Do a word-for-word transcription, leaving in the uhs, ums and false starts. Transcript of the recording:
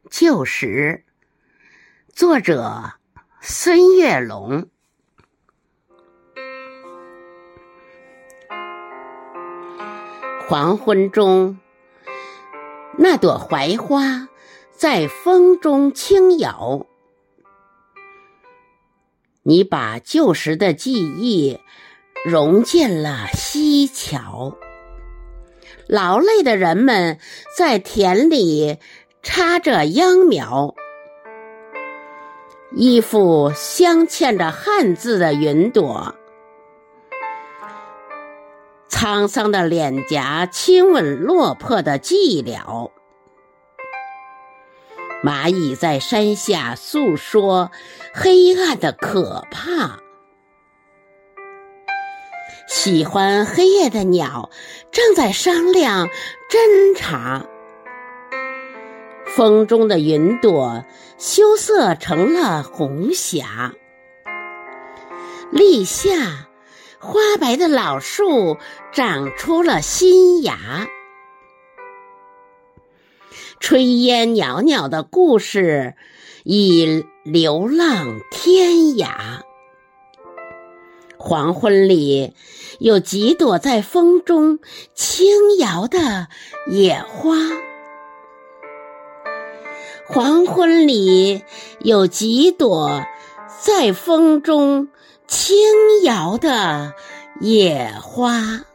旧时，作者孙月龙。黄昏中，那朵槐花在风中轻摇，你把旧时的记忆融进了溪桥。劳累的人们在田里插着秧苗，衣服镶嵌着汉字的云朵，沧桑的脸颊亲吻落魄的寂寥。蚂蚁在山下诉说黑暗的可怕，喜欢黑夜的鸟正在商量侦查。风中的云朵羞涩成了红霞，立夏，花白的老树长出了新芽。炊烟袅袅的故事已流浪天涯。黄昏里有几朵在风中轻摇的野花，黄昏里有几朵在风中轻摇的野花。